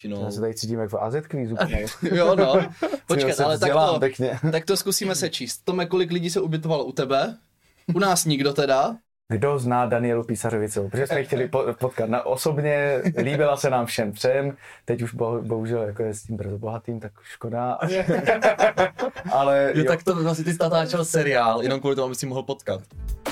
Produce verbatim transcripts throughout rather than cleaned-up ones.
No. Já se tady cítím jako á zet kvíz úplně. Jo, no. Počkat, ale tak to, tak to zkusíme sečíst. Tome, kolik lidí se ubytovalo u tebe? U nás nikdo teda. Kdo zná Danielu Písařovicovou? Protože jsme chtěli potkat na osobně, líbila se nám všem třem, teď už bo, bohužel jako je s tím brzo bohatým, tak škoda. Ale jo, jo. Tak to vlastně ty jsi natáčel seriál, jenom kvůli tomu, aby si mohl potkat.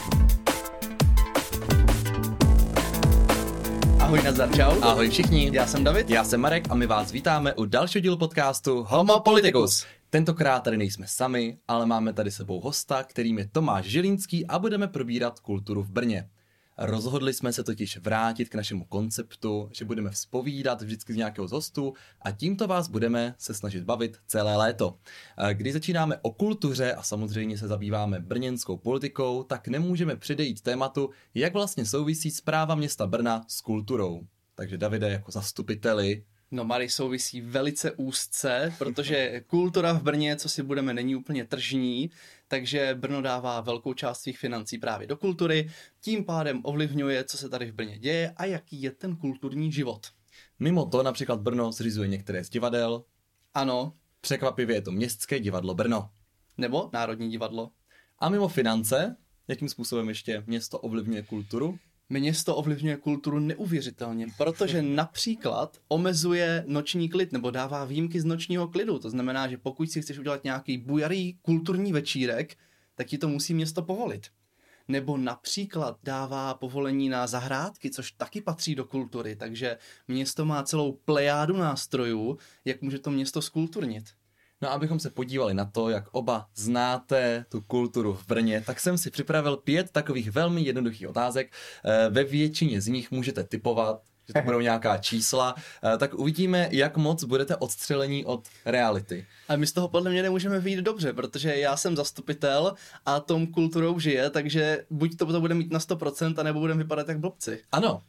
Ahoj nazdar, čau. Ahoj všichni. Já jsem David. Já jsem Marek a my vás vítáme u dalšího dílu podcastu Homo Politicus. Tentokrát tady nejsme sami, ale máme tady sebou hosta, kterým je Tomáš Žilínský a budeme probírat kulturu v Brně. Rozhodli jsme se totiž vrátit k našemu konceptu, že budeme vzpovídat vždycky z nějakého z hostů a tímto vás budeme se snažit bavit celé léto. Když začínáme o kultuře a samozřejmě se zabýváme brněnskou politikou, tak nemůžeme předejít tématu, jak vlastně souvisí správa města Brna s kulturou. Takže Davide, jako zastupiteli... No, Mary, souvisí velice úzce, protože kultura v Brně, co si budeme, není úplně tržní, takže Brno dává velkou část svých financí právě do kultury, tím pádem ovlivňuje, co se tady v Brně děje a jaký je ten kulturní život. Mimo to například Brno zřizuje některé z divadel. Ano. Překvapivě je to Městské divadlo Brno. Nebo Národní divadlo. A mimo finance, jakým způsobem ještě město ovlivňuje kulturu? Město ovlivňuje kulturu neuvěřitelně, protože například omezuje noční klid nebo dává výjimky z nočního klidu. To znamená, že pokud si chceš udělat nějaký bujarý kulturní večírek, tak ti to musí město povolit. Nebo například dává povolení na zahrádky, což taky patří do kultury, takže město má celou plejádu nástrojů, jak může to město zkulturnit. No a abychom se podívali na to, jak oba znáte tu kulturu v Brně, tak jsem si připravil pět takových velmi jednoduchých otázek. Ve většině z nich můžete tipovat, že to budou nějaká čísla, tak uvidíme, jak moc budete odstřelení od reality. A my z toho podle mě nemůžeme vyjít dobře, protože já jsem zastupitel a tom kulturou žije, takže buď to, to bude mít na sto procent, anebo budeme vypadat jak blbci. Ano.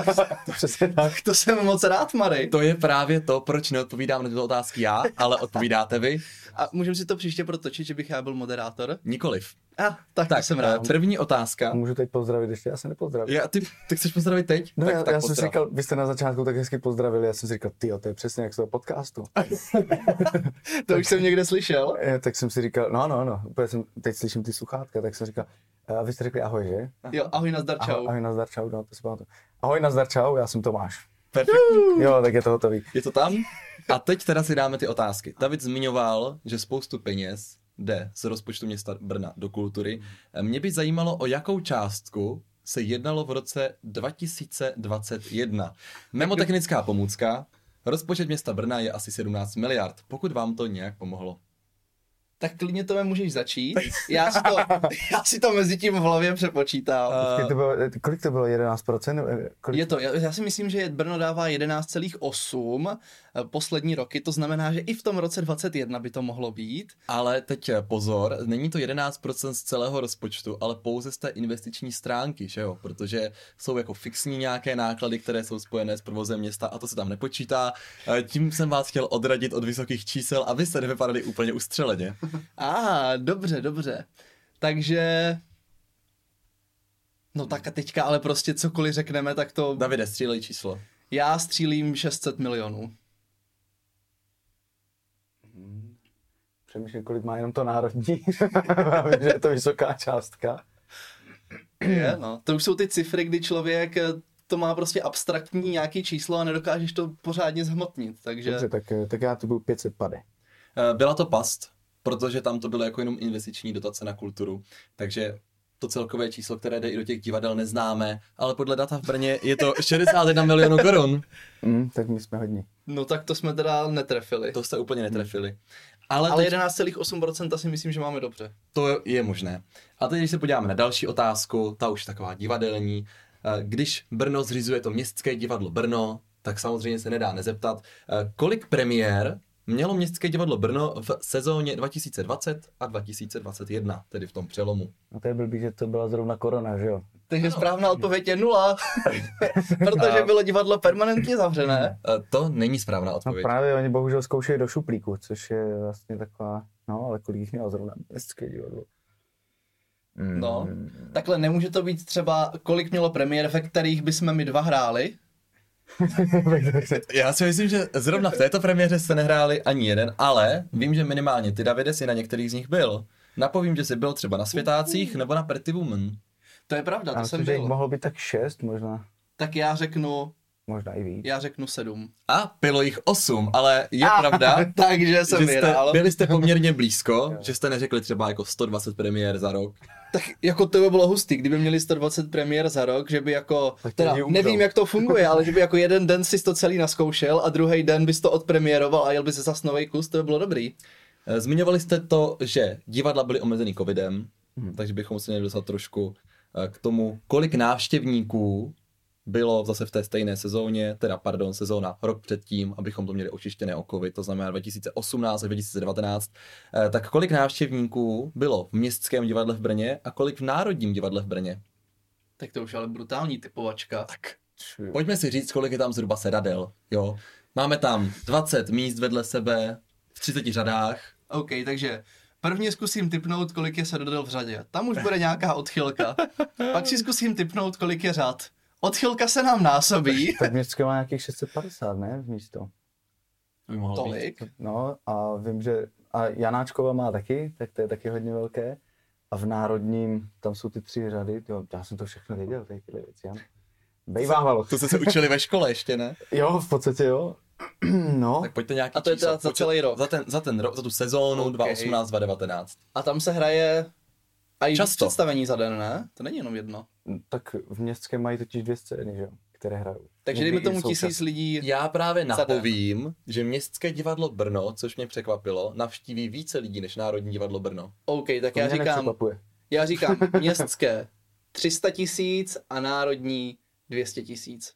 Přesně tak. To jsem moc rád, Mary. To je právě to, proč neodpovídám na tyto otázky já, ale odpovídáte vy. A můžeme si to příště protočit, že bych já byl moderátor? Nikoliv. A, tak, tak to jsem rád. První otázka. Můžu teď pozdravit ještě? Já se nepozdravil. Já, ty, ty chceš pozdravit teď? No tak, já, tak já jsem si říkal, vy jste na začátku tak hezky pozdravili, já jsem si říkal, tyjo, to je přesně jak z toho podcastu. To už jsem někde slyšel. Já, tak jsem si říkal, no, no, no, úplně jsem, teď slyším ty sluchátka, tak jsem říkal, a vy jste řekli ahoj, že? Jo, ahoj, nazdar, čau. Ahoj, ahoj nazdar, čau, no, to si pamatuju. Ahoj, nazdar, čau, já jsem Tomáš. Perfektní. Jo, tak je to hotový. Je to tam? A teď teda si dáme ty otázky. David zmiňoval, že spoustu peněz jde z rozpočtu města Brna do kultury. Mě by zajímalo, o jakou částku se jednalo v roce dva tisíce dvacet jedna. Memotechnická pomůcka. Rozpočet města Brna je asi sedmnáct miliard, pokud vám to nějak pomohlo. Tak klidně to můžeš začít. Já si to, já si to mezi tím v hlavě přepočítám. Uh, to bylo, kolik to bylo? jedenáct procent? Kolik... Je to, já, já si myslím, že Brno dává jedenáct celá osm poslední roky, to znamená, že i v tom roce dvacet jedna by to mohlo být. Ale teď pozor, není to jedenáct procent z celého rozpočtu, ale pouze z té investiční stránky, že jo? Protože jsou jako fixní nějaké náklady, které jsou spojené s provozem města a to se tam nepočítá. Tím jsem vás chtěl odradit od vysokých čísel, aby se nevypadali úplně ustřeleně. Ah, dobře, dobře. Takže... No tak a teďka ale prostě cokoliv řekneme, tak to... Davide, střílej číslo. Já střílím šest set milionů. Hmm. Přemýšlím, kolik má jenom to národní. Vím, že je to vysoká částka. Je, no. To už jsou ty cifry, kdy člověk to má prostě abstraktní nějaký číslo a nedokážeš to pořádně zhmotnit, takže... Dobře, tak, tak já to byl pět set padesát. Byla to past, protože tam to bylo jako jenom investiční dotace na kulturu, takže to celkové číslo, které jde i do těch divadel, neznáme, ale podle data v Brně je to šedesát jedna milionů korun. Mm, tak my jsme hodní. No tak to jsme teda netrefili. To jste úplně netrefili. Mm. Ale, ale teď... jedenáct celá osm procent si myslím, že máme dobře. To je možné. A teď, když se podíváme na další otázku, ta už taková divadelní. Když Brno zřizuje to Městské divadlo Brno, tak samozřejmě se nedá nezeptat, kolik premiér mělo Městské divadlo Brno v sezóně dva tisíce dvacet a dva tisíce dvacet jedna, tedy v tom přelomu. No to je blbý, že to byla zrovna korona, že jo? Takže správná odpověď je nula, protože bylo divadlo permanentně zavřené. To není správná odpověď. No právě oni bohužel zkoušejí do šuplíku, což je vlastně taková, no ale kolik jich mělo zrovna Městské divadlo. Mm. No, takhle nemůže to být třeba, kolik mělo premiér, ve kterých bychom my dva hráli? Já si myslím, že zrovna v této premiéře jste nehráli ani jeden, ale vím, že minimálně ty, Davide, si na některých z nich byl. Napovím, že jsi byl třeba na Světácích nebo na Pretty Woman. To je pravda, to Já jsem myslím, že byl. jich mohlo být tak šest možná. Tak já řeknu, Možná i víc. já řeknu sedm. A bylo jich osm, ale je pravda, Takže jsem že jste, vyhrál. byli jste poměrně blízko, že jste neřekli třeba jako sto dvacet premiér za rok. Tak jako to by bylo hustý, kdyby měli sto dvacet premiér za rok, že by jako, Tak teda lidi umřou. nevím jak to funguje, ale že by jako jeden den si to celý naskoušel a druhý den bys to odpremiéroval a jel bys zase nový kus, to by bylo dobrý. Zmiňovali jste to, že divadla byly omezený covidem, hmm. takže bychom se měli dostat trošku k tomu, kolik návštěvníků bylo zase v té stejné sezóně, teda pardon, sezóna rok předtím, abychom to měli očištěné o covid, to znamená dva tisíce osmnáct a dva tisíce devatenáct, tak kolik návštěvníků bylo v Městském divadle v Brně a kolik v Národním divadle v Brně? Tak to už ale brutální typovačka. Tak pojďme si říct, kolik je tam zhruba sedadel, jo. Máme tam dvacet míst vedle sebe v třiceti řadách. OK, takže prvně zkusím tipnout, kolik je sedadel v řadě. Tam už bude nějaká odchylka. Pak si zkusím tipnout, kolik je řad. Odchylka se nám násobí. Tak Městské má nějakých šest set padesát, ne? Místo. By mohlo Tolik. být. No a vím, že a Janáčkova má taky, tak to je taky hodně velké. A v Národním, tam jsou ty tři řady, jo, já jsem to všechno věděl, tady tyhle věci, Jan. Bejvávalo. To jste se učili ve škole ještě, ne? Jo, v podstatě jo. No. Tak pojďte nějaký A to je číslo. teda za Počet- celý rok. Za ten, za ten rok, za tu sezónu Ok. dva tisíce osmnáct dva tisíce devatenáct. A tam se hraje a i Často. představení za den, ne? To není jenom jedno. Tak v Městském mají totiž dvě scény, že jo, které hrajou. Takže Někdy dejme tomu i současně. tisíc lidí. Já právě Za den. napovím, že Městské divadlo Brno, což mě překvapilo, navštíví více lidí než Národní divadlo Brno. OK, tak To já mě říkám, nepřekvapuje. já říkám městské tři sta tisíc a národní dvě stě tisíc.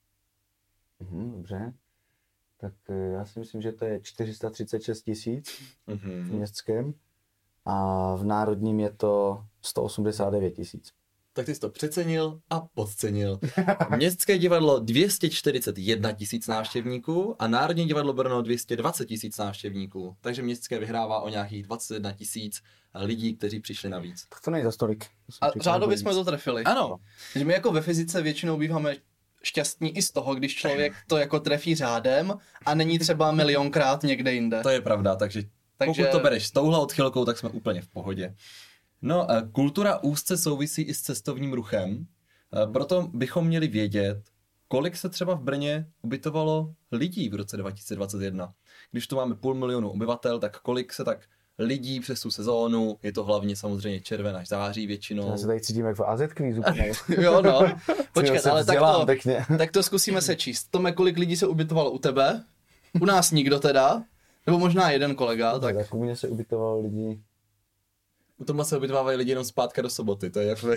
Mhm, dobře. Tak eh, já si myslím, že to je čtyři sta třicet šest tisíc v Mhm. Městském a v Národním je to sto osmdesát devět tisíc. Tak ty jsi to přecenil a podcenil. Městské divadlo dvě stě čtyřicet jedna tisíc návštěvníků a Národní divadlo Brno dvě stě dvacet tisíc návštěvníků. Takže Městské vyhrává o nějakých dvacet jedna tisíc lidí, kteří přišli navíc. Tak to není za stolik. To jsem A čekal řádově víc. jsme to trefili. Ano, Že my jako ve fyzice většinou býváme šťastní i z toho, když člověk to jako trefí řádem a není třeba milionkrát někde jinde. to je pravda, takže, Takže- pokud to bereš s touhle odchylkou, tak jsme úplně v pohodě. No, eh, kultura úzce souvisí i s cestovním ruchem, eh, proto bychom měli vědět, kolik se třeba v Brně ubytovalo lidí v roce dva tisíce dvacet jedna. Když tu máme půl milionu obyvatel, tak kolik se tak lidí přes tu sezónu, je to hlavně samozřejmě červen až září většinou. Já se tady cítím jak v A Z kvízu. Jo no, počkat, se ale tak vzdělám to, pěkně. tak to zkusíme sečíst. Tome, kolik lidí se ubytovalo u tebe? U nás nikdo teda? Nebo možná jeden kolega, tak... Tak u mě se ubytovalo lidí. U tomhle se ubytovávají lidi jenom zpátka do soboty, to je jako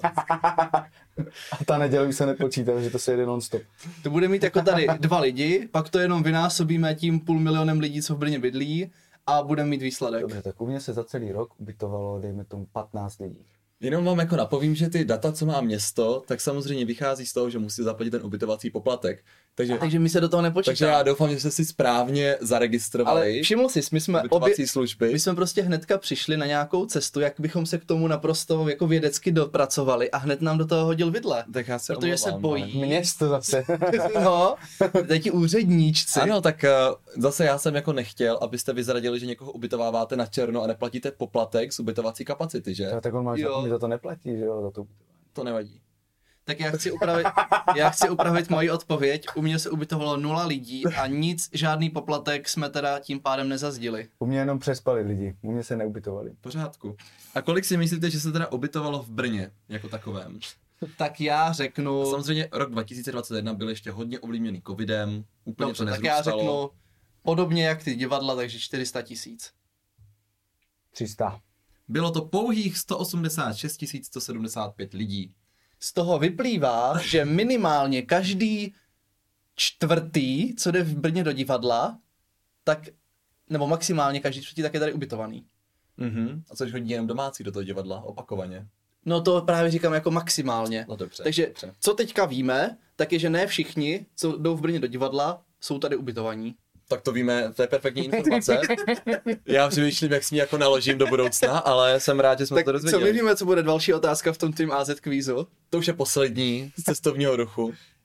A ta neděle už se nepočítá, že to se jede non-stop. To bude mít jako tady dva lidi, pak to jenom vynásobíme tím půl milionem lidí, co v Brně bydlí a budeme mít výsledek. Dobře, tak u mě se za celý rok ubytovalo, dejme tomu, patnáct lidí. Jenom vám jako napovím, že ty data, co má město, tak samozřejmě vychází z toho, že musí zaplatit ten ubytovací poplatek. Takže, Takže my se do toho takže nepočítáme. já doufám, že jste si správně zaregistrovali Ale všiml jsi, my jsme, obě, ubytovací služby. my jsme prostě hnedka přišli na nějakou cestu, jak bychom se k tomu naprosto jako vědecky dopracovali a hned nám do toho hodil vidle. Tak já se Protože se omlouvám, bojí. Město zase. No, teď ti úředníčci. Ano, tak uh, zase já jsem jako nechtěl, abyste vyzradili, že někoho ubytováváte na černo a neplatíte poplatek z ubytovací kapacity, že? Tak on má, že Jo. mi za to neplatí, že jo, za to ubytování. To nevadí. Tak já chci upravit, já chci upravit moji odpověď. U mě se ubytovalo nula lidí a nic, žádný poplatek jsme teda tím pádem nezazdili. U mě jenom přespali lidi, u mě se neubytovali. V pořádku. A kolik si myslíte, že se teda ubytovalo v Brně jako takovém? Tak já řeknu, Samozřejmě rok dva tisíce dvacet jedna byl ještě hodně ovlivněný covidem, úplně dobře, to tak já nezrůstalo. řeknu podobně jak ty divadla, takže čtyři sta tisíc. tři sta. Bylo to pouhých sto osmdesát šest tisíc sto sedmdesát pět lidí. Z toho vyplývá, že minimálně každý čtvrtý, co jde v Brně do divadla, tak, nebo maximálně každý čtvrtý, tak je tady ubytovaný. Mhm. A což hodí jenom domácí do toho divadla, opakovaně. No to právě říkám jako maximálně. No dobře. Takže dobře. co teďka víme, tak je, že ne všichni, co jdou v Brně do divadla, jsou tady ubytovaní. Tak to víme, to je perfektní informace. Já přemýšlím, jak s ní jako naložím do budoucna, ale jsem rád, že jsme Tak to co dozvěděli. my víme, co bude další otázka v tom tým á zet kvízu? To už je poslední z cestovního ruchu.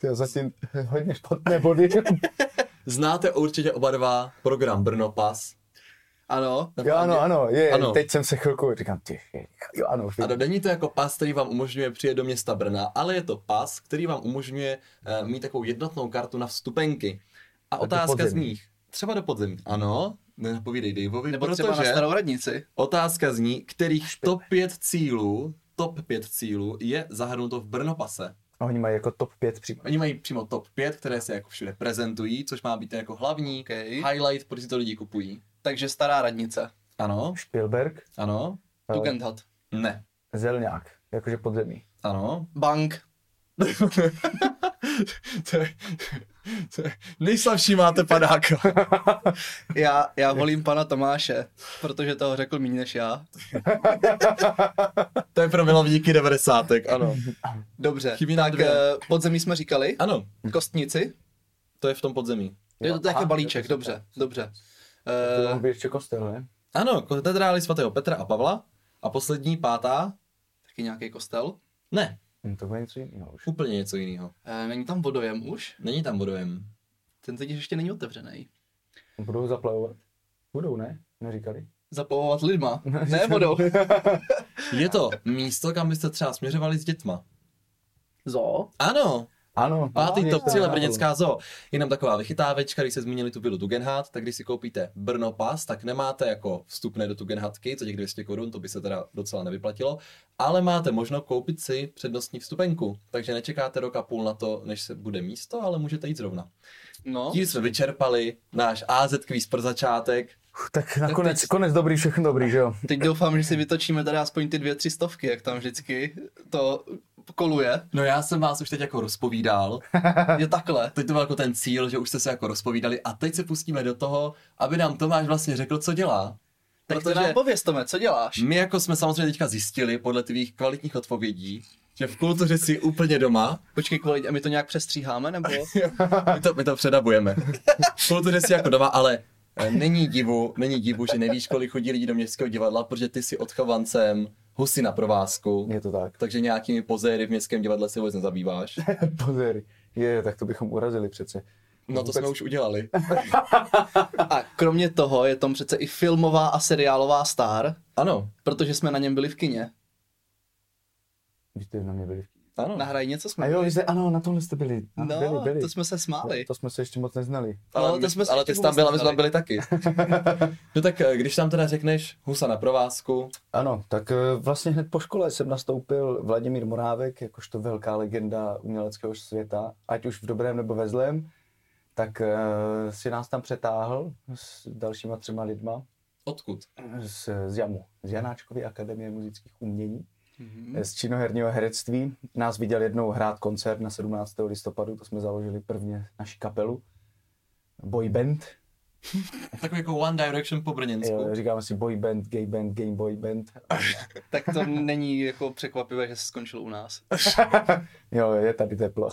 Ty zatím hodně špatné body. Znáte určitě oba dva program Brno Pass. Ano. Jo, ano, ano, je, ano. Teď jsem se chvilku, říkám, ty, jo, ano. Ano, není to jako pas, který vám umožňuje přijet do města Brna, ale je to pas, který vám umožňuje uh, mít takovou jednotnou kartu na vstupenky. A otázka z nich, třeba do podzemí. Ano, nepovídej Daveovi, nebo protože třeba na Starou radnici. Otázka zní, kterých top pět cílů, top pět cílů je zahrnuto v Brno pase. A oni mají jako top pět přímo. Oni mají přímo top pět, které se jako všude prezentují, což má být jako hlavní okay. highlight, protože to lidi kupují. Takže Stará radnice. Ano. Spielberg. Ano. Tugendhat. Ne. Zelňák, jakože podzemí. Ano. Bank. to je, to je, nejslabší máte padáka. já, já volím pana Tomáše, protože toho řekl méně než já. To je pro milovníky devadesátek, ano. Dobře, Chybí tak dvě. podzemí jsme říkali. Ano. Kostnici. To je v tom podzemí. Je to, to jako balíček, dobře, dobře. To mohl být ještě kostel, ne? Ano, katedrály svatého Petra a Pavla. A poslední, pátá. Taky nějaký kostel? Ne. To bude něco jiného už. Úplně něco jiného. E, není tam vodojem už? Není tam vodojem. Ten teď ještě není otevřený. Budou zaplavovat? Budou, ne? Neříkali? Zaplavovat lidma, ne vodou. Je to místo, kam byste třeba směřovali s dětma. Zoo? Ano. Ano. Pátý no, top cíle brněnská zoo. Jenom taková vychytávečka, když se zmínili tu vilu Tugendhat, tak když si koupíte Brno Pass, tak nemáte jako vstupné do Tugendhatky, co těch dvě stě korun, to by se teda docela nevyplatilo, ale máte možnost koupit si přednostní vstupenku, takže nečekáte rok a půl na to, než se bude místo, ale můžete jít zrovna. No. Tím jsme vyčerpali náš á zet kvíz pro začátek. Tak nakonec, teď, konec dobrý, všechno dobrý, že jo? Teď doufám, že si vytočíme tady aspoň ty dvě, tři stovky, jak tam vždycky to koluje. No já jsem vás už teď jako rozpovídal. Je takhle. Teď to byl jako ten cíl, že už jste se jako rozpovídali a teď se pustíme do toho, aby nám Tomáš vlastně řekl, co dělá. Tak to nám pověz, Tome, co děláš? My jako jsme samozřejmě teďka zjistili podle tvých kvalitních odpovědí, že v kultuře si úplně doma. Počkej, kvalitně, a my to nějak přestříháme, nebo? my, to, my to předabujeme. V kultuře si jako doma, ale není divu, není divu, že nevíš, kolik chodí lidi do městského divadla, protože ty jsi odchovancem Husy na provázku. Je to tak. Takže nějakými pozéry v městském divadle se vůbec nezabýváš. Pozéry. Je, tak to bychom urazili přece. No to vůbec... jsme už udělali. A kromě toho je tam přece i filmová a seriálová star. Ano. Protože jsme na něm byli v kině. Vy jste na mě byli v kině. Ano. Nahraj něco jsme A jo, jste, ano, na tomhle jste byli. No, byli, byli. to jsme se smáli. To, to jsme se ještě moc neznali. Ale, no, my, to jsme ale ty jsi tam byl a my jsme tam byli taky. No tak když tam teda řekneš Husa na provázku. Ano, tak vlastně hned po škole jsem nastoupil Vladimír Morávek, jakožto velká legenda uměleckého světa, ať už v dobrém nebo ve zlém, tak uh, si nás tam přetáhl s dalšíma třema lidma. Odkud? Z, z JAMu, z Janáčkovy akademie muzických umění. Mm-hmm. Z činoherního herectví. Nás viděl jednou hrát koncert na sedmnáctého listopadu, to jsme založili prvně naši kapelu. Boy band. Takový jako One Direction po brněnsku. Jo, říkáme si boy band, gay band, game boy band. Tak to není jako překvapivé, že se skončilo u nás. Jo, je tady teplo.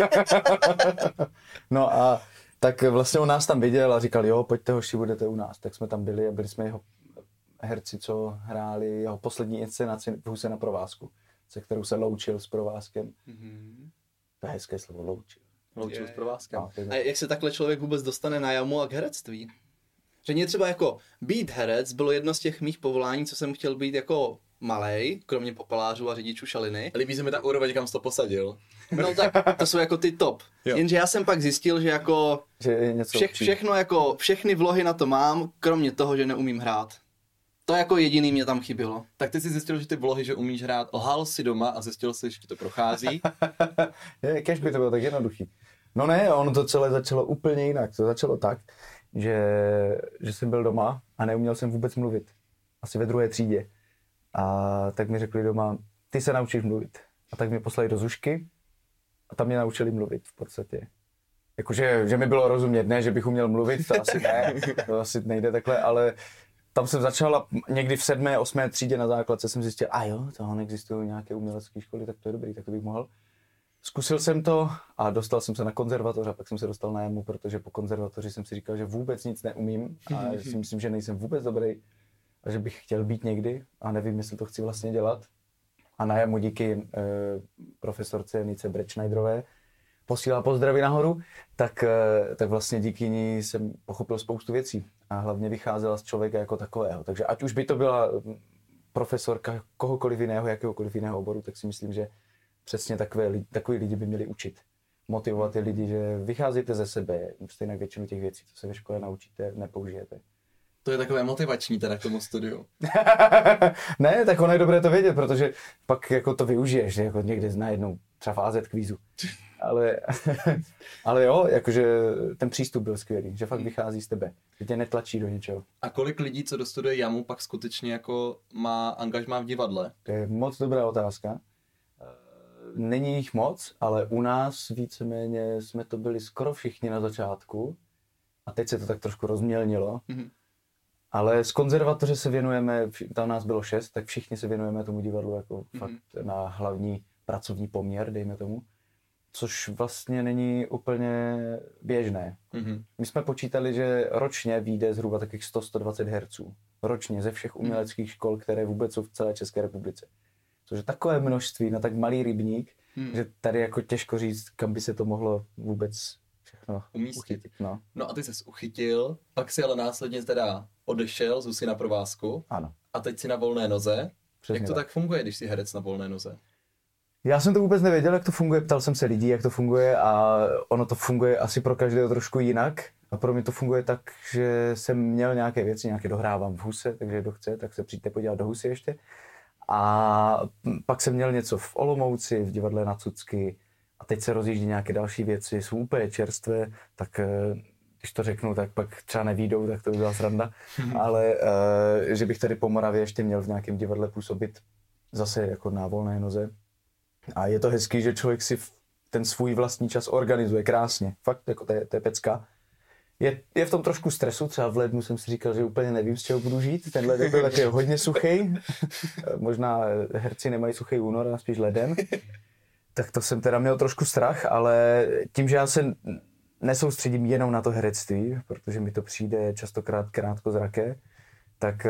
No a tak vlastně on nás tam viděl a říkal, jo, pojďte hoši, budete u nás. Tak jsme tam byli a byli jsme jeho herci, co hráli jeho poslední inscenaci v Huse na provázku, se kterou se loučil s provázkem. Mm-hmm. To je hezké slovo, loučil. Loučil je, s provázkem. No, a jak se takhle člověk vůbec dostane na jamu a k herectví? Že mě třeba jako být herec bylo jedno z těch mých povolání, co jsem chtěl být jako malej, kromě popelářů a řidičů šaliny. Líbí se mi ta úroveň, kam jsi to posadil. No tak to jsou jako ty top. Jo. Jenže já jsem pak zjistil, že jako že je něco vše, všechno jako, všechny vlohy na to mám, kromě toho, že neumím hrát. To jako jediný mě tam chybělo. Tak ty jsi zjistil, že ty vlohy, že umíš hrát, lhal si doma a zjistil jsi, že ti to prochází. je, kež by to bylo tak jednoduchý. No ne, ono to celé začalo úplně jinak. To začalo tak, že, že jsem byl doma a neuměl jsem vůbec mluvit. Asi ve druhé třídě. A tak mi řekli doma, ty se naučíš mluvit. A tak mě poslali do Zušky a tam mě naučili mluvit v podstatě. Jakože, že mi bylo rozumět, ne, že bych uměl mluvit, to asi ne, to asi nejde takhle, ale tam jsem začal a někdy v sedmé, osmé třídě na základce jsem zjistil, a jo, tohle existují nějaké umělecké školy, tak to je dobrý, tak to bych mohl. Zkusil jsem to a dostal jsem se na konzervatoř a pak jsem se dostal na jamu, protože po konzervatoři jsem si říkal, že vůbec nic neumím a že si myslím, že nejsem vůbec dobrý a že bych chtěl být někdy a nevím, jestli to chci vlastně dělat. A na jamu díky e, profesorce Nice Bretschneiderové posílá pozdravy nahoru, tak, tak vlastně díky ní jsem pochopil spoustu věcí a hlavně vycházela z člověka jako takového. Takže ať už by to byla profesorka kohokoliv jiného, jakéhokoliv jiného oboru, tak si myslím, že přesně takové, takový lidi by měli učit. Motivovat ty lidi, že vycházíte ze sebe, stejně většinu těch věcí, co se ve škole naučíte, nepoužijete. To je takové motivační teda k tomu studiu. Ne, tak ono je dobré to vědět, protože pak jako to využiješ, jako někde najednou, třeba v á zet kvízu. Ale, ale jo, jakože ten přístup byl skvělý, že fakt vychází z tebe, že tě netlačí do něčeho. A kolik lidí, co dostuduje JAMU, pak skutečně jako má angažmá v divadle? To je moc dobrá otázka. Není jich moc, ale u nás víceméně jsme to byli skoro všichni na začátku a teď se to tak trošku rozmělnilo. Mm-hmm. Ale z konzervatoře se věnujeme, tam nás bylo šest, tak všichni se věnujeme tomu divadlu jako mm-hmm. fakt na hlavní pracovní poměr, dejme tomu. Což vlastně není úplně běžné. Mm-hmm. My jsme počítali, že ročně vyjde zhruba takových sto až sto dvacet herců. Ročně ze všech uměleckých škol, které vůbec jsou v celé České republice. Což je takové množství na tak malý rybník, mm. že tady jako těžko říct, kam by se to mohlo vůbec všechno umístit. Uchytit. No. no a ty ses uchytil, pak si ale následně teda odešel, Zusi na provázku. Ano. A teď si na volné noze. Přesně jak to tak. tak funguje, když jsi herec na volné noze? Já jsem to vůbec nevěděl, jak to funguje, ptal jsem se lidí, jak to funguje a ono to funguje asi pro každého trošku jinak. A pro mě to funguje tak, že jsem měl nějaké věci, nějaké dohrávám v Huse, takže kdo chce, tak se přijďte podívat do Husy ještě. A pak jsem měl něco v Olomouci, v divadle Na Cucky a teď se rozjíždí nějaké další věci, jsou úplně čerstvé, tak když to řeknu, tak pak třeba nevídou, tak to by byla sranda, ale že bych tady po Moravě ještě měl v nějakém divadle působit zase jako na volné noze. A je to hezký, že člověk si ten svůj vlastní čas organizuje krásně, fakt jako to je, to je pecka. Je, je v tom trošku stresu, třeba v lednu jsem si říkal, že úplně nevím, z čeho budu žít. Ten leden byl taky hodně suchý. Možná herci nemají suchý únor, a spíš leden. Tak to jsem teda měl trošku strach, ale tím, že já se nesoustředím jenom na to herectví, protože mi to přijde častokrát krátkozraké, tak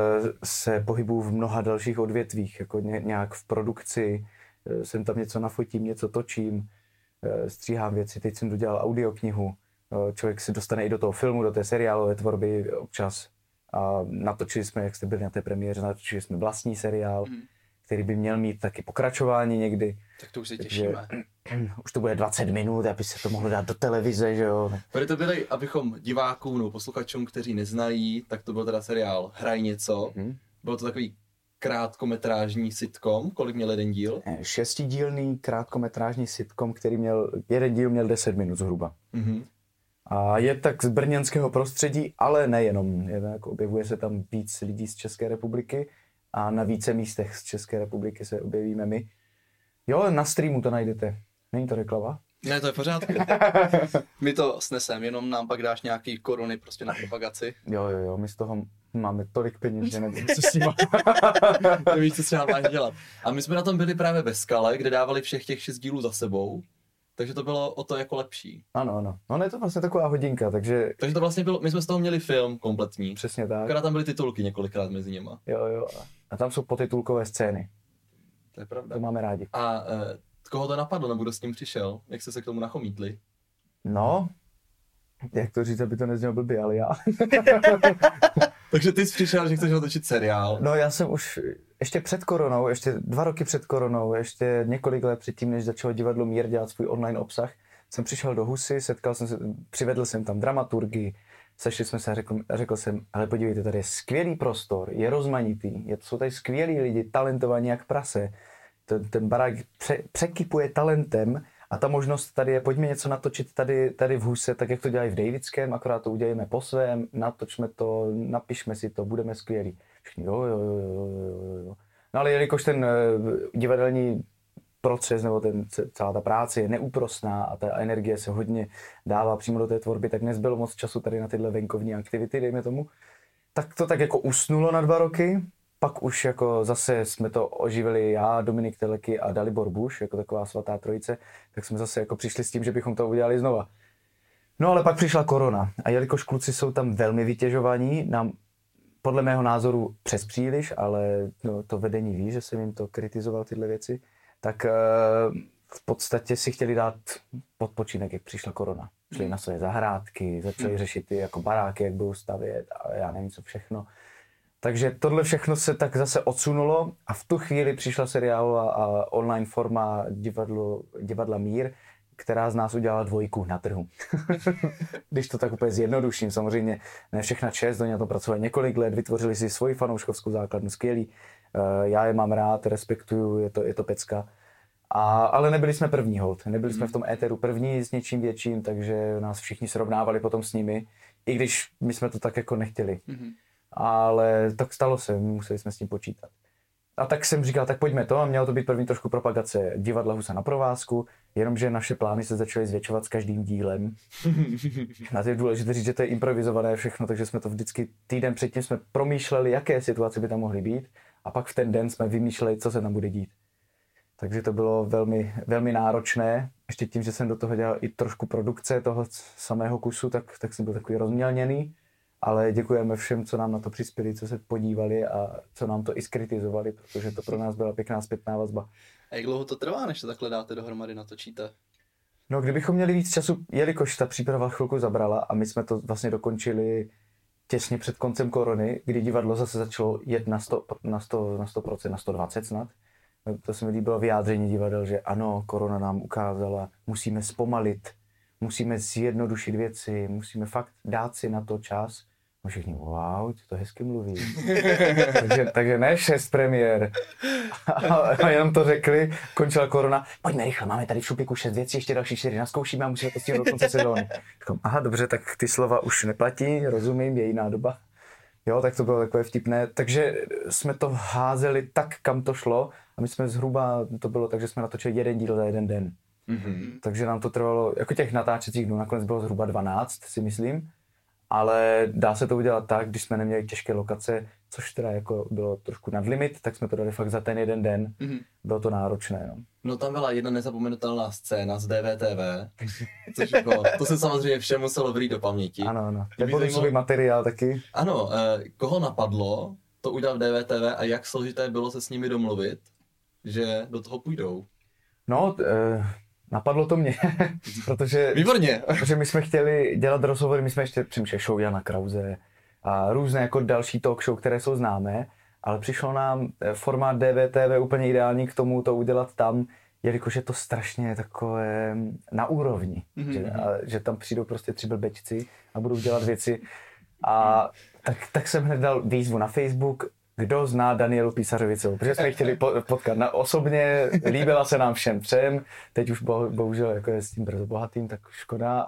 se pohybuju v mnoha dalších odvětvích, jako nějak v produkci, jsem tam něco nafotím, něco točím, stříhám věci, teď jsem dodělal audioknihu. Člověk se dostane i do toho filmu, do té seriálové tvorby občas. A natočili jsme, jak jste byli na té premiéře, natočili jsme vlastní seriál, mm. který by měl mít taky pokračování někdy. Tak to už se těšíme. Takže, už to bude dvacet minut, aby se to mohlo dát do televize, že jo. Tady to byly, abychom divákům nebo posluchačům, kteří neznají, tak to byl teda seriál Hraj něco. Mm. Byl to takový krátkometrážní sitcom, kolik měl jeden díl? Šestidílný krátkometrážní sitcom, který měl, jeden díl měl deset minut zhruba. Mm-hmm. A je tak z brněnského prostředí, ale nejenom. Je tak, objevuje se tam víc lidí z České republiky a na více místech z České republiky se objevíme my. Jo, na streamu to najdete. Není to reklama? Ne, to je v pořádku. My to snesem, jenom nám pak dáš nějaký koruny prostě na propagaci. Jo, jo, jo, my z toho máme tolik peněz, že nevím, co s nima. Nevíš, co třeba máš dělat. A my jsme na tom byli právě ve Skale, kde dávali všech těch šest dílů za sebou. Takže to bylo o to jako lepší. Ano, ano. No, je to vlastně taková hodinka, takže... Takže to vlastně bylo, my jsme z toho měli film kompletní. Přesně tak. Akorát tam byly titulky několikrát mezi nima. Jo, jo. A tam jsou potitulkové scény. To je pravda. To máme rádi. A uh, koho to napadlo, nebo kdo s tím přišel? Jak jste se k tomu nachomítli? No, jak to říct, aby to neznělo blbě, ale já. Takže ty jsi přišel, že chceš natočit seriál. No já jsem už ještě před koronou, ještě dva roky před koronou, ještě několik let předtím, než začalo divadlo Mír dělat svůj online obsah, jsem přišel do Husy, setkal jsem se, přivedl jsem tam dramaturgy, sešli jsme se a řekl, řekl jsem, ale podívejte, tady je skvělý prostor, je rozmanitý, je, jsou tady skvělí lidi, talentovaní jak prase, ten, ten barák pře, překypuje talentem a ta možnost tady je, pojďme něco natočit tady, tady v Huse, tak jak to dělají v Davidském, akorát to udělejme po svém, natočme to, napišme si to, budeme skvělí. Všichni jo, jo, jo, jo, jo, jo. No ale jelikož ten uh, divadelní proces nebo ten, celá ta práce je neúprosná a ta energie se hodně dává přímo do té tvorby, tak nezbylo moc času tady na tyhle venkovní aktivity, dejme tomu. Tak to tak jako usnulo na dva roky. Pak už jako zase jsme to oživili já, Dominik Teleky a Dalibor Buš, jako taková svatá trojice, tak jsme zase jako přišli s tím, že bychom to udělali znova. No ale pak přišla korona a jelikož kluci jsou tam velmi vytěžovaní, nám podle mého názoru přes příliš, ale no, to vedení ví, že jsem jim to kritizoval tyhle věci, tak uh, v podstatě si chtěli dát odpočinek, jak přišla korona. Šli na své zahrádky, začali řešit ty jako baráky, jak budou stavět a já nevím co všechno. Takže tohle všechno se tak zase odsunulo a v tu chvíli přišla seriálová a online forma divadlo, divadla Mír, která z nás udělala dvojku na trhu. Když to tak úplně zjednoduším, samozřejmě ne všechna čest, oni na tom pracovali několik let, vytvořili si svoji fanouškovskou základnu, skvělý. Já je mám rád, respektuju, je to, je to pecka. A, ale nebyli jsme první hold, nebyli jsme v tom éteru první s něčím větším, takže nás všichni srovnávali potom s nimi, i když my jsme to tak jako nechtěli. Mm-hmm. Ale tak stalo se, museli jsme s tím počítat. A tak jsem říkal, tak pojďme to, a mělo to být první trošku propagace divadla Husa na provázku, jenomže naše plány se začaly zvětšovat s každým dílem. A to je důležité říct, že to je improvizované všechno, takže jsme to vždycky týden předtím jsme promýšleli, jaké situace by tam mohly být, a pak v ten den jsme vymýšleli, co se tam bude dít. Takže to bylo velmi, velmi náročné. Ještě tím, že jsem do toho dělal i trošku produkce toho samého kusu, tak, tak jsem byl takový rozmělněný. Ale děkujeme všem, co nám na to přispěli, co se podívali a co nám to i skritizovali, protože to pro nás byla pěkná zpětná vazba. A jak dlouho to trvá, než to takhle dáte dohromady, natočíte? No, kdybychom měli víc času, jelikož ta příprava chvilku zabrala a my jsme to vlastně dokončili těsně před koncem korony, kdy divadlo zase začalo jet na sto procent, na sto, na sto procent, na sto dvacet snad. To se mi líbilo vyjádření divadel, že ano, korona nám ukázala, musíme zpomalit, musíme zjednodušit věci, musíme fakt dát si na to čas. A všichni, wow, ty to hezky mluví. takže, takže ne šest premiér. A, a jenom to řekli, končila korona, pojďme rychle, máme tady v šuplíku šest věcí, ještě další čtyři naskoušíme a musíme to stihnout do konce sezóny. Říkám, aha, dobře, tak ty slova už neplatí, rozumím, je jiná doba. Jo, tak to bylo takové vtipné, takže jsme to házeli tak, kam to šlo, a my jsme zhruba, to bylo tak, že jsme natočili jeden díl za jeden den. Mm-hmm. Takže nám to trvalo, jako těch natáčecích dnů nakonec bylo zhruba dvanáct, si myslím. Ale dá se to udělat tak, když jsme neměli těžké lokace, což teda jako bylo trošku nad limit, tak jsme to dali fakt za ten jeden den. Mm-hmm. Bylo to náročné. No. no tam byla jedna nezapomenutelná scéna z D V T V, což jako, to se samozřejmě všem muselo vrít do paměti. Ano, ano. Bonusový materiál taky. Ano, eh, koho napadlo to udělat v D V T V a jak složité bylo se s nimi domluvit, že do toho půjdou? No, eh... napadlo to mě, protože, Výborně. protože my jsme chtěli dělat rozhovory, my jsme ještě přemýšleli show Jana Krause a různé jako další talk show, které jsou známé, ale přišlo nám formát D V T V úplně ideální k tomu to udělat tam, jelikož je to strašně takové na úrovni, mm-hmm. že, a, že tam přijdou prostě tři blbečci a budou dělat věci. A tak, tak jsem hned dal výzvu na Facebook, kdo zná Danielu Písařovicovou, protože jsme ji chtěli potkat na osobně, líbila se nám všem třem, teď už bo, bohužel jako je s tím brzo bohatým, tak škoda.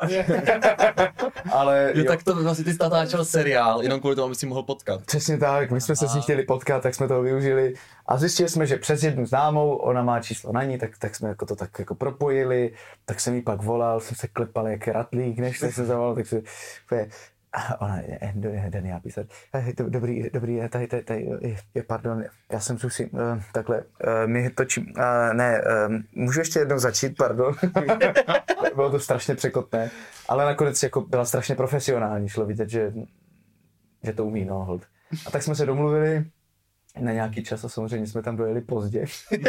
Ale jo, jo. Tak to vlastně ty jsi natáčel seriál, jenom kvůli tomu, aby si mohl potkat. Přesně tak, my jsme se s ní chtěli potkat, tak jsme to využili a zjistili jsme, že přes jednu známou, ona má číslo na ní, tak, tak jsme jako to tak jako propojili, tak jsem jí pak volal, jsem se klepal jak ratlík, než jsem se zavolal, tak se... A ona, Daniela Písař, dobrý, dobrý, tady, tady, tady, pardon, já jsem Susi, takhle, my točím, ne, můžu ještě jednou začít, pardon, bylo to strašně překotné, ale nakonec jako byla strašně profesionální, šlo vidět, že, že to umí, no, hold. A tak jsme se domluvili na nějaký čas a samozřejmě jsme tam dojeli pozdě.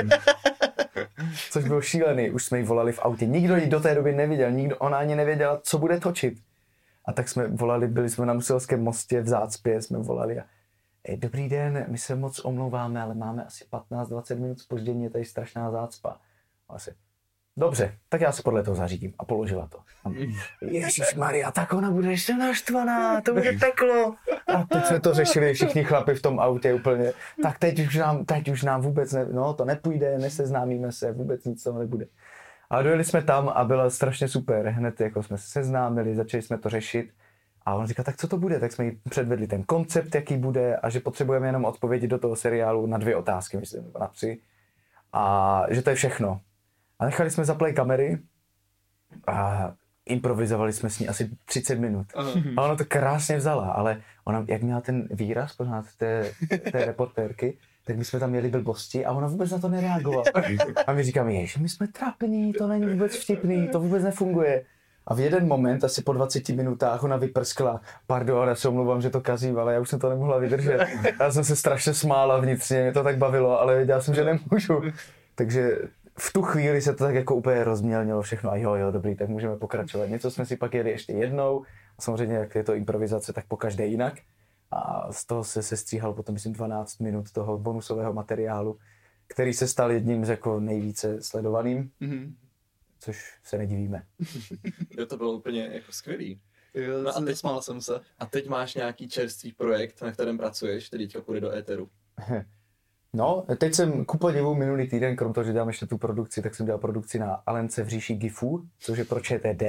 Což bylo šílený, už jsme jí volali v autě, nikdo ji do té doby neviděl, nikdo, ona ani nevěděla, co bude točit. A tak jsme volali, byli jsme na Musilském mostě v zácpě, jsme volali a ej, dobrý den, my se moc omlouváme, ale máme asi patnáct dvacet minut zpoždění, je tady strašná zácpa. Asi, dobře, tak já se podle toho zařídím a položila to. Ježišmarja, tak ona bude ještě naštvaná, to bude peklo. A teď jsme to řešili všichni chlapi v tom autě úplně, tak teď už nám, teď už nám vůbec, ne, no to nepůjde, neseznámíme se, vůbec nic toho nebude. Ale dojeli jsme tam a bylo strašně super, hned jako jsme se seznámili, začali jsme to řešit a on říkal, tak co to bude, tak jsme jí předvedli ten koncept, jaký bude a že potřebujeme jenom odpovědět do toho seriálu na dvě otázky, myslím, na tři a že to je všechno. A nechali jsme zaplay kamery a improvizovali jsme s ní asi třicet minut. Uh-huh. A ona to krásně vzala, ale ona, jak měla ten výraz pořád té, té reportérky, tak my jsme tam měli blbosti a ona vůbec na to nereagovala. A my říkáme, jež, my jsme trápení, to není vůbec vtipný, to vůbec nefunguje. A v jeden moment, asi po dvaceti minutách, ona vyprskla, pardon, já se omlouvám, že to kazím, ale já už jsem to nemohla vydržet. Já jsem se strašně smála vnitřně, mě to tak bavilo, ale věděla jsem, že nemůžu. Takže v tu chvíli se to tak jako úplně rozmělnilo všechno a jo, jo, dobrý, tak můžeme pokračovat. Něco jsme si pak jeli ještě jednou, a samozřejmě jak je to improvizace, tak po každé jinak. A z toho se sestříhalo potom, myslím, dvanáct minut toho bonusového materiálu, který se stal jedním z jako nejvíce sledovaným, mm-hmm. což se nedivíme. Jo, to bylo úplně jako skvělý. Jo, no a teď smál jsem se. A teď máš nějaký čerstvý projekt, na kterém pracuješ, který teďka půjde do éteru. No, teď jsem ku podivu minulý týden, krom toho, že dělám ještě tu produkci, tak jsem dělal produkci na Alence v říši Gifu, což je pro ČTD.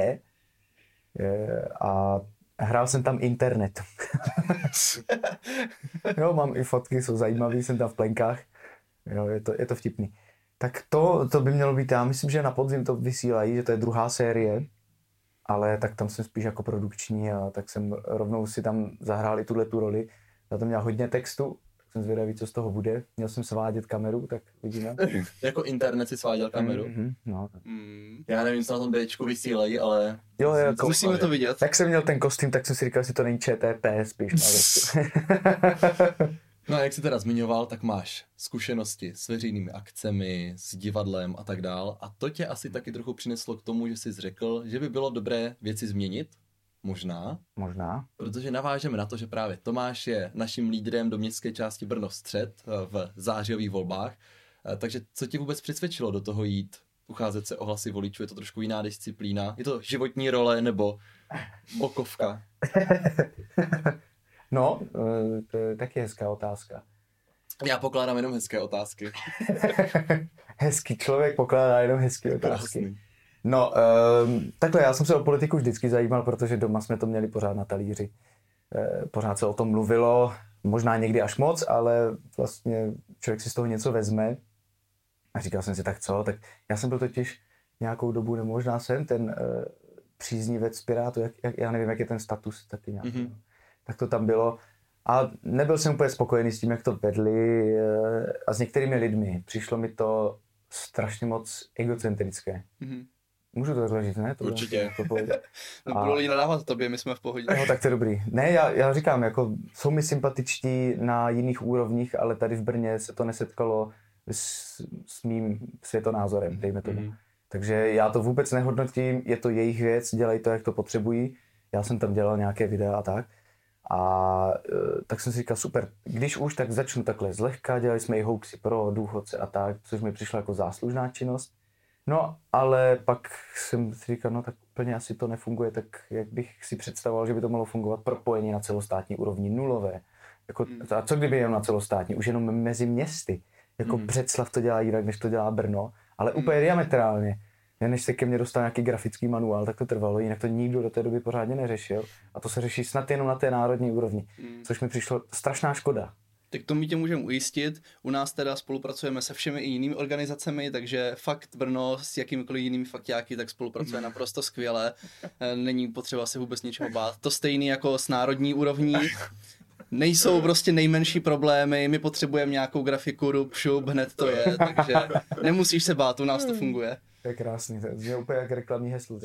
A hrál jsem tam internet. Jo, mám i fotky, jsou zajímavé, jsem tam v plenkách. Jo, je to, je to vtipný. Tak to, to by mělo být, já myslím, že na podzim to vysílají, že to je druhá série, ale tak tam jsem spíš jako produkční a tak jsem rovnou si tam zahrál i tuhletu roli. Já tam měl hodně textu, tak jsem zvědavý, co z toho bude. Měl jsem svádět kameru, tak vidíme. Jako internet si sváděl kameru? Mm-hmm, no. Mm. Já nevím, co na tom Dčku vysílají, ale... Jo, jako, musíme to vidět. Tak jsem měl ten kostým, tak jsem si říkal, že to není ČTP spíš. No a jak jsi teda zmiňoval, tak máš zkušenosti s veřejnými akcemi, s divadlem a tak dál. A to tě asi taky trochu přineslo k tomu, že jsi řekl, že by bylo dobré věci změnit. Možná. Možná. Protože navážeme na to, že právě Tomáš je naším lídrem do městské části Brno střed v zářijových volbách. Takže co ti vůbec přesvědčilo do toho jít? Ucházet se o hlasy voličů, je to trošku jiná disciplína? Je to životní role nebo bokovka? No, to je taky hezká otázka. Já pokládám jenom hezké otázky. Hezký člověk pokládá jenom hezké otázky. Krásný. No, um, takhle, já jsem se o politiku vždycky zajímal, protože doma jsme to měli pořád na talíři. E, pořád se o tom mluvilo, možná někdy až moc, ale vlastně člověk si z toho něco vezme. A říkal jsem si, tak co? Tak já jsem byl totiž nějakou dobu, nebo možná jsem ten e, příznivec z Pirátů, jak, jak, já nevím, jak je ten status taky nějaký. Mm-hmm. Tak to tam bylo. A nebyl jsem úplně spokojený s tím, jak to vedli e, a s některými lidmi. Přišlo mi to strašně moc egocentrické. Mm-hmm. Můžu to takhle říct, ne? To určitě. No, budou lidi nadávat tobě, my jsme v pohodě. No, tak to je dobrý. Ne, já, já říkám, jako jsou mi sympatičtí na jiných úrovních, ale tady v Brně se to nesetkalo s, s mým světonázorem, dejme tomu. Mm-hmm. Takže já to vůbec nehodnotím, je to jejich věc, dělají to, jak to potřebují. Já jsem tam dělal nějaké videa a tak. A tak jsem si říkal, super, když už, tak začnu takhle zlehka, dělali jsme i hoaxy pro důchodce a tak, což mi přišlo jako záslužná činnost. No, ale pak jsem si říkal, no tak úplně asi to nefunguje, tak jak bych si představoval, že by to mohlo fungovat propojení na celostátní úrovni nulové. Jako, a co kdyby jenom na celostátní, už jenom mezi městy. Jako mm. Břeclav to dělá jinak, než to dělá Brno, ale mm. úplně diametrálně. Než se ke mně dostal nějaký grafický manuál, tak to trvalo, jinak to nikdo do té doby pořádně neřešil. A to se řeší snad jenom na té národní úrovni, mm. což mi přišlo strašná škoda. Tak to my tě můžeme ujistit. U nás teda spolupracujeme se všemi i jinými organizacemi, takže fakt Brno s jakýmikoliv jinými fakťáky tak spolupracuje naprosto skvěle. Není potřeba se vůbec ničeho bát. To stejný jako s národní úrovní. Nejsou prostě nejmenší problémy, my potřebujeme nějakou grafiku, rub, šup, hned to je, takže nemusíš se bát, u nás to funguje. To je krásný, to je úplně jak reklamní heslo.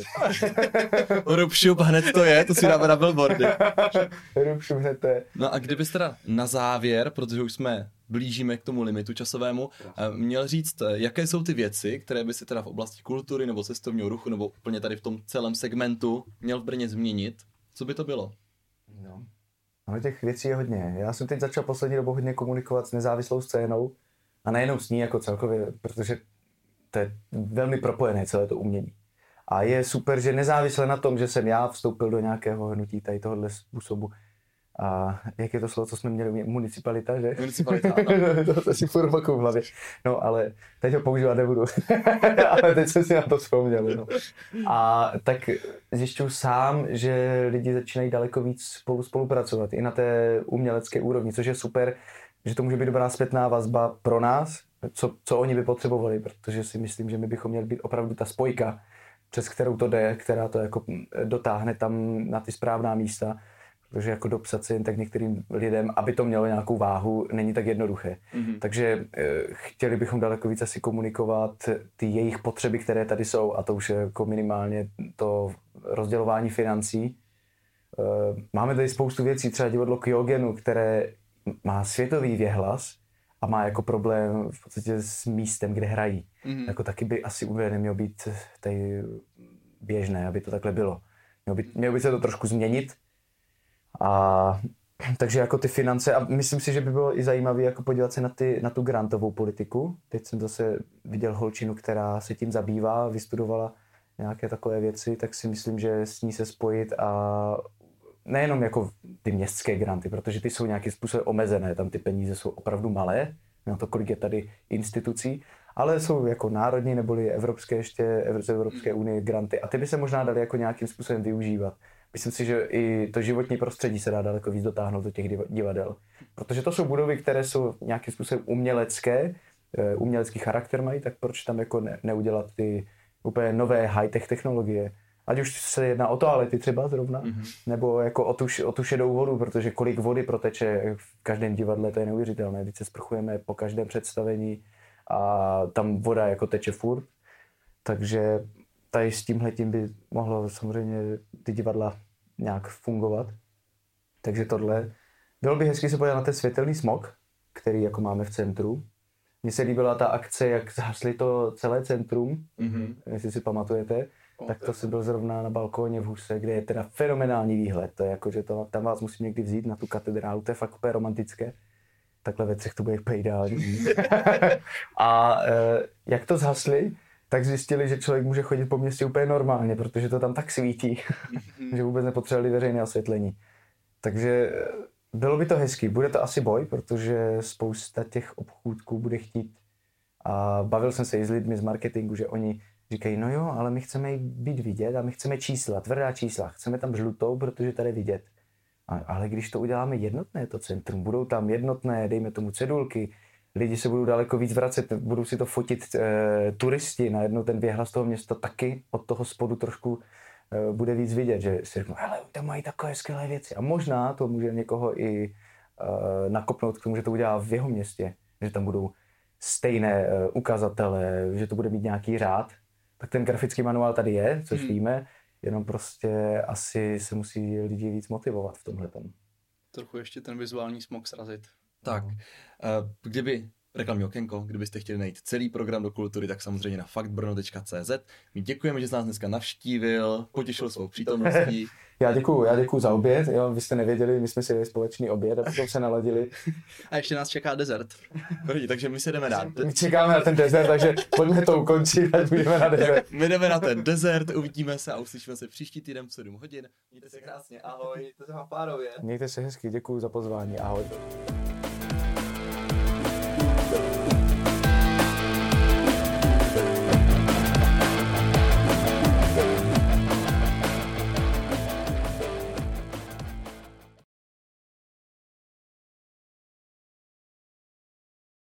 Rup, šup, hned to je, to si dáme na billboardy. Rup, šup, hned to je. No a kdybys teda na závěr, protože už jsme blížíme k tomu limitu časovému, měl říct, jaké jsou ty věci, které by si teda v oblasti kultury nebo cestovního ruchu nebo úplně tady v tom celém segmentu měl v Brně změnit, co by to bylo? No. No, těch věcí je hodně. Já jsem teď začal poslední dobou hodně komunikovat s nezávislou scénou a nejenom s ní jako celkově, protože to je velmi propojené celé to umění. A je super, že nezávisle na tom, že jsem já vstoupil do nějakého hnutí tady tohohle způsobu. A jak je to slovo, co jsme měli? Municipalita, že? Municipalita, ano. To si furt opakuju v hlavě. No, ale teď ho používat nebudu. Ale teď jsem si na to vzpomněl. No. A tak zjišťuju sám, že lidi začínají daleko víc spolu spolupracovat i na té umělecké úrovni, což je super, že to může být dobrá zpětná vazba pro nás, co, co oni by potřebovali, protože si myslím, že my bychom měli být opravdu ta spojka, přes kterou to jde, která to jako dotáhne tam na ty správná místa. Protože jako dopsat se jen tak některým lidem, aby to mělo nějakou váhu, není tak jednoduché. Mm-hmm. Takže e, chtěli bychom daleko víc asi komunikovat ty jejich potřeby, které tady jsou, a to už je jako minimálně to rozdělování financí. E, máme tady spoustu věcí, třeba divadlo Kyogenu, které má světový věhlas, a má jako problém v podstatě s místem, kde hrají. Mm. Jako taky by asi úplně nemělo být tady běžné, aby to takhle bylo. Mělo by, mělo by se to trošku změnit. A takže jako ty finance, a myslím si, že by bylo i zajímavé jako podívat se na, ty, na tu grantovou politiku. Teď jsem zase viděl holčinu, která se tím zabývá, vystudovala nějaké takové věci, tak si myslím, že s ní se spojit a nejenom jako ty městské granty, protože ty jsou nějakým způsobem omezené, tam ty peníze jsou opravdu malé, na to, kolik je tady institucí, ale jsou jako národní neboli evropské ještě, z Evropské unie granty a ty by se možná dali jako nějakým způsobem využívat. Myslím si, že i to životní prostředí se dá daleko víc dotáhnout do těch divadel, protože to jsou budovy, které jsou nějakým způsobem umělecké, umělecký charakter mají, tak proč tam jako ne, neudělat ty úplně nové high-tech technologie. Ať už se jedná o toalety třeba zrovna, mm-hmm. nebo jako o tu, o tu šedou vodu, protože kolik vody proteče v každém divadle, to je neuvěřitelné. Teď se sprchujeme po každém představení a tam voda jako teče furt. Takže tady s tímhletím by mohlo samozřejmě ty divadla nějak fungovat. Takže tohle. Bylo by hezky se podívat na ten světelný smog, který jako máme v centru. Mně se líbila ta akce, jak zhasli to celé centrum, mm-hmm. jestli si pamatujete. Tak to si byl zrovna na balkóně v Huse, kde je teda fenomenální výhled. To je jako, že to, tam vás musím někdy vzít na tu katedrálu, to je fakt úplně romantické. Takhle ve třech to bude úplně ideální. A e, jak to zhasli, tak zjistili, že člověk může chodit po městě úplně normálně, protože to tam tak svítí, že vůbec nepotřebovali veřejné osvětlení. Takže bylo by to hezký. Bude to asi boj, protože spousta těch obchůdků bude chtít. A bavil jsem se i s lidmi z marketingu, že oni říkají, no jo, ale my chceme být vidět a my chceme čísla, tvrdá čísla, chceme tam žlutou, protože tady vidět. A, ale když to uděláme jednotné, to centrum, budou tam jednotné, dejme tomu cedulky, lidi se budou daleko víc vracet, budou si to fotit e, turisti, najednou ten věhlas toho města taky od toho spodu trošku e, bude víc vidět, že si řeknou, hele, tam mají takové skvělé věci. A možná to může někoho i e, nakopnout k tomu, že to udělá v jeho městě, že tam budou stejné e, ukazatele, že to bude mít nějaký řád. Tak ten grafický manuál tady je, což hmm. víme, jenom prostě asi se musí lidi víc motivovat v tomhletom. Trochu ještě ten vizuální smog srazit. Tak, no. Kdyby reklamní okénko, kdybyste chtěli najít celý program do kultury, tak samozřejmě na fakt brno tečka cé zet. My děkujeme, že jsi nás dneska navštívil, potěšil svou přítomností. Já děkuju, já děkuju za oběd, jo, vy jste nevěděli, my jsme si jeli společný oběd, abychom se naladili. A ještě nás čeká dezert. Chodí, takže my se jdeme dát. My čekáme na ten dezert, takže pojďme to ukončit, ať budeme na dezert. My jdeme na ten dezert, uvidíme se a uslyšíme se příští týden v sedm hodin. Mějte se krásně, ahoj. To se má párově. Mějte se hezky, děkuju za pozvání, ahoj.